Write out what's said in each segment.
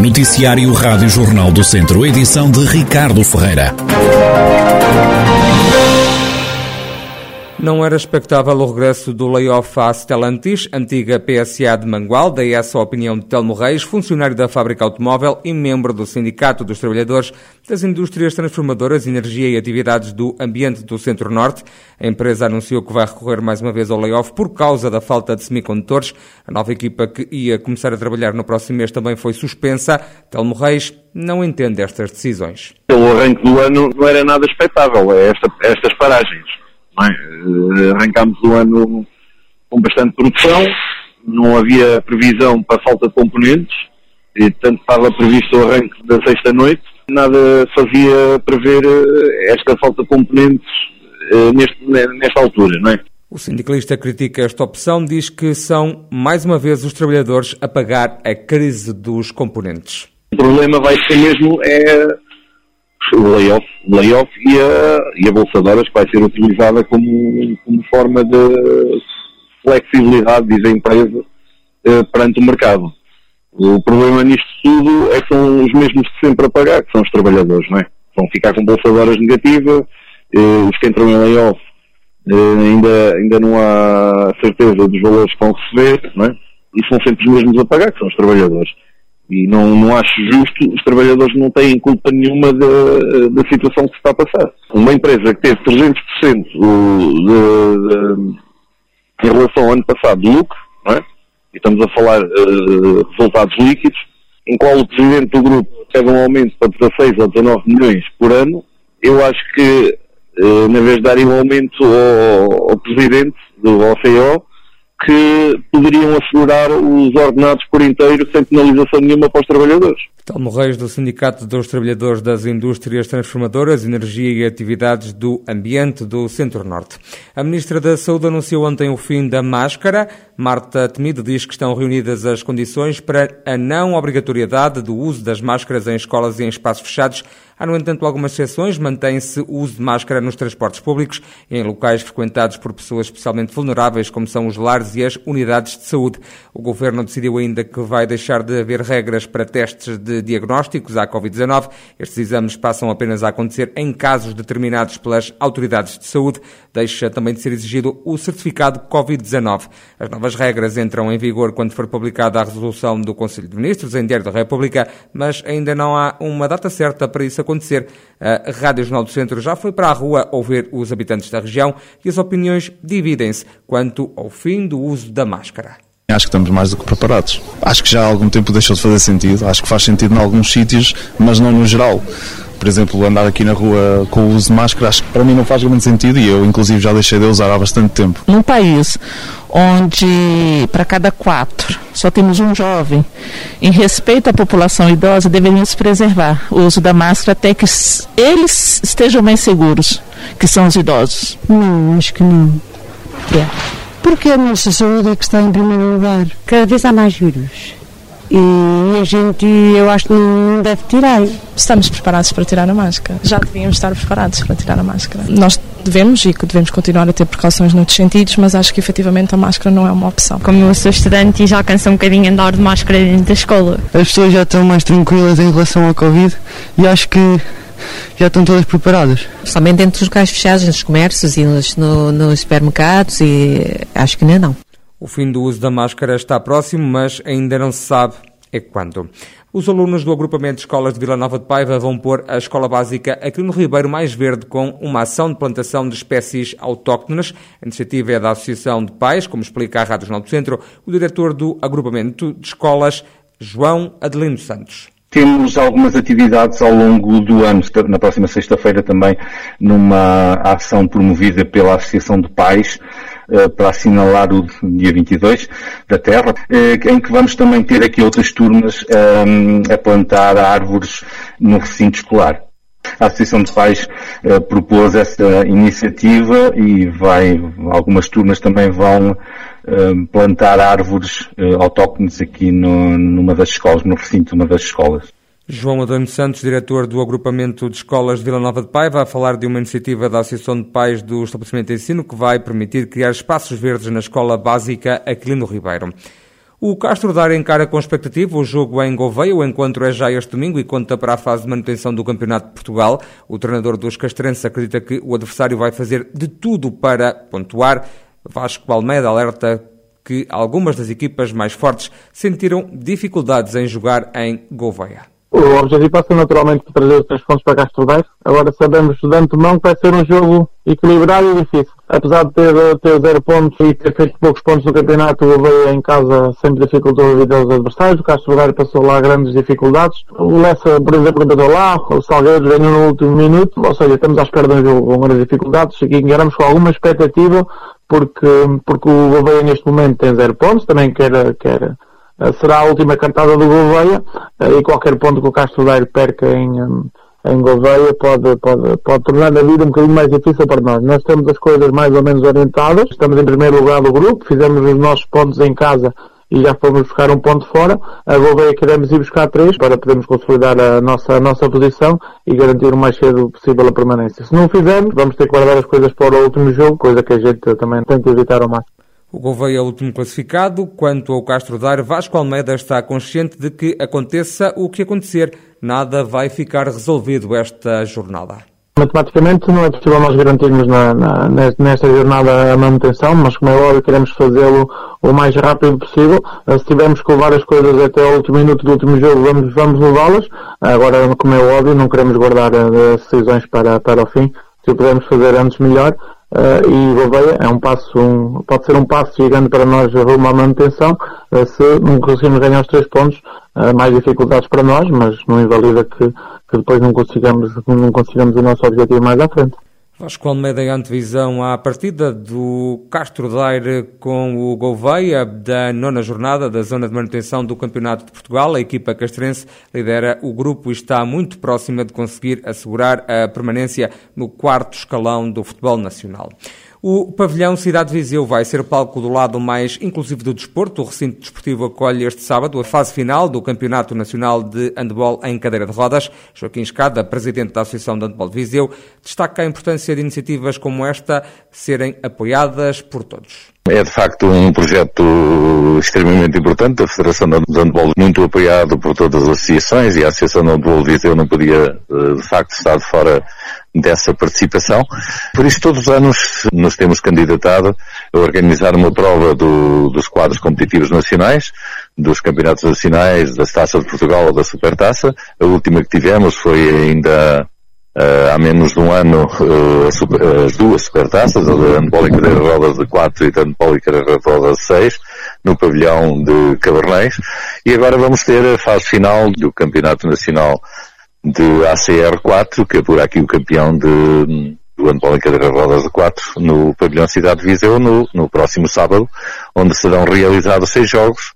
Noticiário Rádio Jornal do Centro, edição de Ricardo Ferreira. Não era expectável o regresso do layoff à Stellantis, antiga PSA de Mangualde, é essa a opinião de Telmo Reis, funcionário da fábrica automóvel e membro do Sindicato dos Trabalhadores das Indústrias Transformadoras, Energia e Atividades do Ambiente do Centro-Norte. A empresa anunciou que vai recorrer mais uma vez ao layoff por causa da falta de semicondutores. A nova equipa que ia começar a trabalhar no próximo mês também foi suspensa. Telmo Reis não entende estas decisões. O arranque do ano não era nada expectável, estas paragens. Arrancámos o ano com bastante produção, não havia previsão para falta de componentes, e tanto estava previsto o arranque da sexta-noite, nada fazia prever esta falta de componentes nesta altura, não é? O sindicalista critica esta opção, diz que são, mais uma vez, os trabalhadores a pagar a crise dos componentes. O problema vai ser mesmo o layoff e a bolsa de horas, que vai ser utilizada como forma de flexibilidade, diz a empresa, perante o mercado. O problema nisto tudo é que são os mesmos de sempre a pagar, que são os trabalhadores, não é? Vão ficar com bolsa de horas negativa, os que entram em layoff ainda não há certeza dos valores que vão receber, não é? E são sempre os mesmos a pagar, que são os trabalhadores. E não acho justo, os trabalhadores não têm culpa nenhuma da situação que se está a passar. Uma empresa que teve 300% em relação ao ano passado de lucro, não é? E estamos a falar de resultados líquidos, em qual o presidente do grupo teve um aumento para 16 ou 19 milhões por ano, eu acho que, na vez de darem um aumento ao presidente do OCO, que poderiam assegurar os ordenados por inteiro sem penalização nenhuma para os trabalhadores. Telmo Reis, do Sindicato dos Trabalhadores das Indústrias Transformadoras, Energia e Atividades do Ambiente do Centro-Norte. A Ministra da Saúde anunciou ontem o fim da máscara. Marta Temido diz que estão reunidas as condições para a não obrigatoriedade do uso das máscaras em escolas e em espaços fechados. Há, no entanto, algumas exceções. Mantém-se o uso de máscara nos transportes públicos e em locais frequentados por pessoas especialmente vulneráveis, como são os lares e as unidades de saúde. O Governo decidiu ainda que vai deixar de haver regras para testes de diagnósticos à Covid-19. Estes exames passam apenas a acontecer em casos determinados pelas autoridades de saúde. Deixa também de ser exigido o certificado Covid-19. As novas regras entram em vigor quando for publicada a resolução do Conselho de Ministros em Diário da República, mas ainda não há uma data certa para isso acontecer. A Rádio Jornal do Centro já foi para a rua ouvir os habitantes da região e as opiniões dividem-se quanto ao fim do uso da máscara. Acho que estamos mais do que preparados. Acho que já há algum tempo deixou de fazer sentido. Acho que faz sentido em alguns sítios, mas não no geral. Por exemplo, andar aqui na rua com o uso de máscara, acho que para mim não faz grande sentido e eu, inclusive, já deixei de usar há bastante tempo. Num país onde para cada 4 só temos um jovem, em respeito à população idosa, deveríamos preservar o uso da máscara até que eles estejam mais seguros, que são os idosos. Não, acho que não. Porque a nossa saúde é que está em primeiro lugar. Cada vez há mais vírus. E a gente, eu acho que não deve tirar. Estamos preparados para tirar a máscara. Já devíamos estar preparados para tirar a máscara. Nós devemos continuar a ter precauções noutros sentidos, mas acho que efetivamente a máscara não é uma opção. Como eu sou estudante e já canso um bocadinho andar de máscara dentro da escola. As pessoas já estão mais tranquilas em relação ao Covid e acho que já estão todas preparadas. Somente dentro dos locais fechados, nos comércios e nos supermercados, e acho que ainda não. O fim do uso da máscara está próximo, mas ainda não se sabe quando. Os alunos do agrupamento de escolas de Vila Nova de Paiva vão pôr a escola básica Aquilino Ribeiro mais verde com uma ação de plantação de espécies autóctones. A iniciativa é da Associação de Pais, como explica a Rádio Jornal do Centro, o diretor do agrupamento de escolas, João Adelino Santos. Temos algumas atividades ao longo do ano, na próxima sexta-feira também, numa ação promovida pela Associação de Pais, para assinalar o dia 22 da Terra, em que vamos também ter aqui outras turmas a plantar árvores no recinto escolar. A Associação de Pais propôs essa iniciativa e algumas turmas também vão plantar árvores autóctones aqui numa das escolas, no recinto de uma das escolas. João Adelino Santos, diretor do agrupamento de escolas de Vila Nova de Paiva, a falar de uma iniciativa da Associação de Pais do Estabelecimento de Ensino que vai permitir criar espaços verdes na escola básica Aquilino Ribeiro. O Castro Daire encara com expectativa o jogo em Gouveia. O encontro é já este domingo e conta para a fase de manutenção do Campeonato de Portugal. O treinador dos castrenses acredita que o adversário vai fazer de tudo para pontuar. Vasco Almeida alerta que algumas das equipas mais fortes sentiram dificuldades em jogar em Gouveia. O objetivo passa naturalmente por trazer os 3 pontos para Castro Daire. Agora sabemos de antemão que vai ser um jogo equilibrado e difícil. Apesar de ter 0 pontos e ter feito poucos pontos no campeonato, o Gouveia em casa sempre dificultou a vida dos adversários. O Castro Daire passou lá grandes dificuldades. O Lessa, por exemplo, empatou lá. O Salgueiro ganhou no último minuto. Ou seja, estamos à espera de um jogo com grandes dificuldades e encaramos com alguma expectativa porque o Gouveia neste momento tem 0 pontos. Também será a última cantada do Gouveia e qualquer ponto que o Castro Daire perca em Gouveia pode tornar a vida um bocadinho mais difícil para nós. Nós temos as coisas mais ou menos orientadas, estamos em primeiro lugar do grupo, fizemos os nossos pontos em casa e já fomos buscar um ponto fora. A Gouveia queremos ir buscar 3 para podermos consolidar a nossa posição e garantir o mais cedo possível a permanência. Se não o fizermos, vamos ter que guardar as coisas para o último jogo, coisa que a gente também tenta evitar ao máximo. O Gouveia é o último classificado. Quanto ao Castro Daire, Vasco Almeida está consciente de que aconteça o que acontecer, nada vai ficar resolvido esta jornada. Matematicamente não é possível nós garantirmos nesta jornada a manutenção, mas como é óbvio queremos fazê-lo o mais rápido possível. Se tivermos que levar as coisas até ao último minuto do último jogo, vamos levá-las. Agora, como é óbvio, não queremos guardar decisões para o fim. Se o pudermos fazer antes, melhor. E Gouveia pode ser um passo gigante para nós rumo à manutenção. Se não conseguimos ganhar os 3 pontos, mais dificuldades para nós, mas não invalida que depois não consigamos o nosso objetivo mais à frente. Vasco Almeida em antevisão à partida do Castro Daire com o Gouveia da 9ª jornada da zona de manutenção do Campeonato de Portugal. A equipa castrense lidera o grupo e está muito próxima de conseguir assegurar a permanência no 4º escalão do futebol nacional. O pavilhão Cidade de Viseu vai ser palco do lado mais inclusivo do desporto. O recinto desportivo acolhe este sábado a fase final do Campeonato Nacional de Handebol em cadeira de rodas. Joaquim Escada, presidente da Associação de Handebol de Viseu, destaca a importância de iniciativas como esta serem apoiadas por todos. É de facto um projeto extremamente importante da Federação de Handebol, muito apoiado por todas as associações, e a Associação de Handebol de Viseu não podia de facto estar de fora dessa participação. Por isso todos os anos nos temos candidatado a organizar uma prova dos quadros competitivos nacionais, dos campeonatos nacionais, das Taças de Portugal ou da Supertaça. A última que tivemos foi ainda há menos de um ano as 2 supertaças, a de handebol em cadeira de rodas de 4 e de handebol em cadeira de rodas de 6, no pavilhão de Cabernet. E agora vamos ter a fase final do Campeonato Nacional de ACR4, que apura aqui o campeão do handebol em cadeira de rodas de 4, no pavilhão Cidade de Viseu, no próximo sábado, onde serão realizados 6 jogos.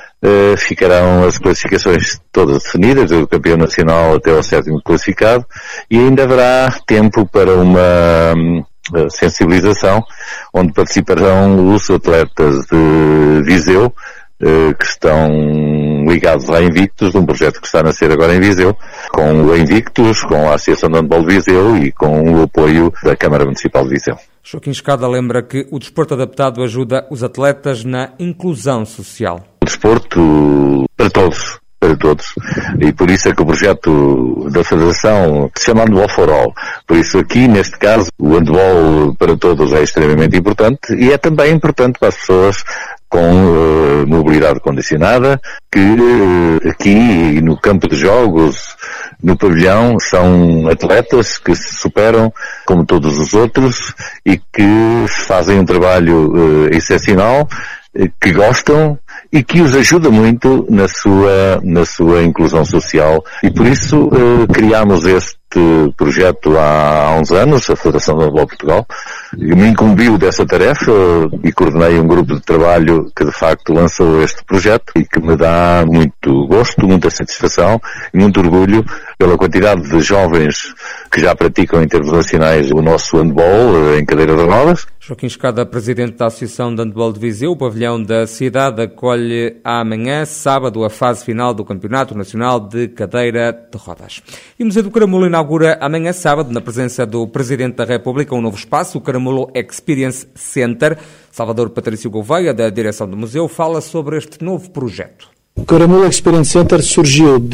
Ficarão as classificações todas definidas, do campeão nacional até ao 7º classificado, e ainda haverá tempo para uma sensibilização, onde participarão os atletas de Viseu, que estão ligados à Invictus, de um projeto que está a nascer agora em Viseu, com o Invictus, com a Associação de Handebol de Viseu e com o apoio da Câmara Municipal de Viseu. Joaquim Escada lembra que o desporto adaptado ajuda os atletas na inclusão social. O desporto para todos. E por isso é que o projeto da Federação se chama Handebol for All. Por isso aqui, neste caso, o handebol para todos é extremamente importante, e é também importante para as pessoas com mobilidade condicionada, que aqui no campo de jogos, no pavilhão, são atletas que se superam como todos os outros e que fazem um trabalho excepcional, que gostam e que os ajuda muito na sua inclusão social. E por isso criámos este projeto há uns anos, a Federação de Handebol de Portugal, me incumbiu dessa tarefa e coordenei um grupo de trabalho que de facto lançou este projeto e que me dá muito gosto, muita satisfação e muito orgulho pela quantidade de jovens que já praticam em termos nacionais o nosso handebol em cadeira de rodas. Joaquim Escada, presidente da Associação de Handebol de Viseu, o pavilhão da cidade acolhe amanhã, sábado, a fase final do Campeonato Nacional de Cadeira de Rodas. E o Museu do Caramulo inaugura amanhã sábado, na presença do Presidente da República, um novo espaço, o Caramulo Experience Center. Salvador Patrício Gouveia, da direção do museu, fala sobre este novo projeto. O Caramulo Experience Center surgiu de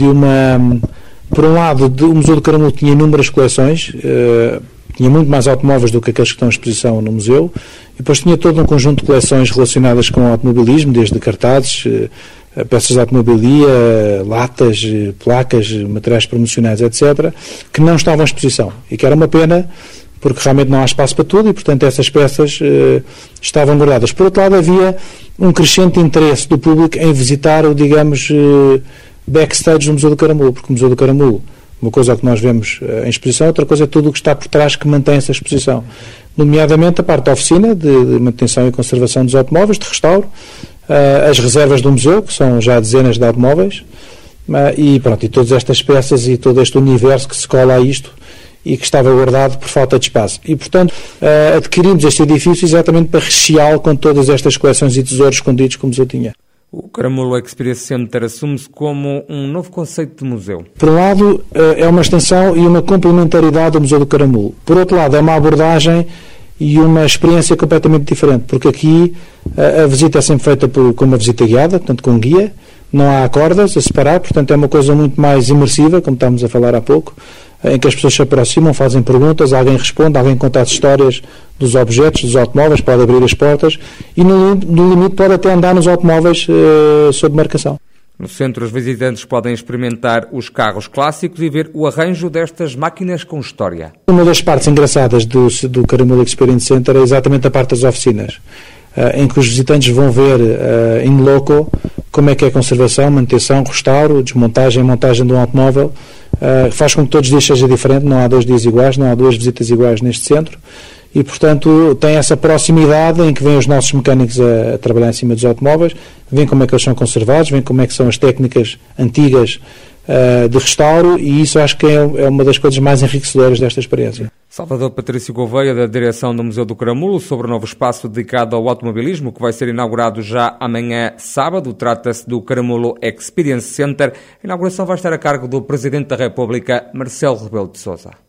por um lado, o Museu do Caramulo tinha inúmeras coleções, tinha muito mais automóveis do que aqueles que estão em exposição no museu, e depois tinha todo um conjunto de coleções relacionadas com o automobilismo, desde cartazes, peças de automobilia, latas, placas, materiais promocionais, etc., que não estavam em exposição, e que era uma pena, porque realmente não há espaço para tudo, e portanto essas peças estavam guardadas. Por outro lado, havia um crescente interesse do público em visitar o, digamos, backstage do Museu do Caramulo, porque o Museu do Caramulo, uma coisa é o que nós vemos em exposição, outra coisa é tudo o que está por trás que mantém essa exposição, nomeadamente a parte da oficina de manutenção e conservação dos automóveis, de restauro, as reservas do museu, que são já dezenas de automóveis, e todas estas peças e todo este universo que se cola a isto e que estava guardado por falta de espaço. E, portanto, adquirimos este edifício exatamente para recheá-lo com todas estas coleções e tesouros escondidos que o museu tinha. O Caramulo Experience Center assume-se como um novo conceito de museu. Por um lado, é uma extensão e uma complementaridade do Museu do Caramulo. Por outro lado, é uma abordagem e uma experiência completamente diferente, porque aqui a visita é sempre feita com uma visita guiada, portanto com guia, não há cordas a separar, portanto é uma coisa muito mais imersiva, como estávamos a falar há pouco, em que as pessoas se aproximam, fazem perguntas, alguém responde, alguém conta as histórias dos objetos, dos automóveis, pode abrir as portas e no limite pode até andar nos automóveis sob marcação. No centro, os visitantes podem experimentar os carros clássicos e ver o arranjo destas máquinas com história. Uma das partes engraçadas do Caramulo Experience Center é exatamente a parte das oficinas, em que os visitantes vão ver in loco como é que é a conservação, manutenção, restauro, desmontagem e montagem de um automóvel. Faz com que todos os dias seja diferente, não há 2 dias iguais, não há 2 visitas iguais neste centro e, portanto, tem essa proximidade em que vêm os nossos mecânicos a trabalhar em cima dos automóveis, veem como é que eles são conservados, veem como é que são as técnicas antigas de restauro e isso acho que é uma das coisas mais enriquecedoras desta experiência. Salvador Patrício Gouveia, da direção do Museu do Caramulo, sobre o novo espaço dedicado ao automobilismo que vai ser inaugurado já amanhã sábado. Trata-se do Caramulo Experience Center. A inauguração vai estar a cargo do Presidente da República, Marcelo Rebelo de Sousa.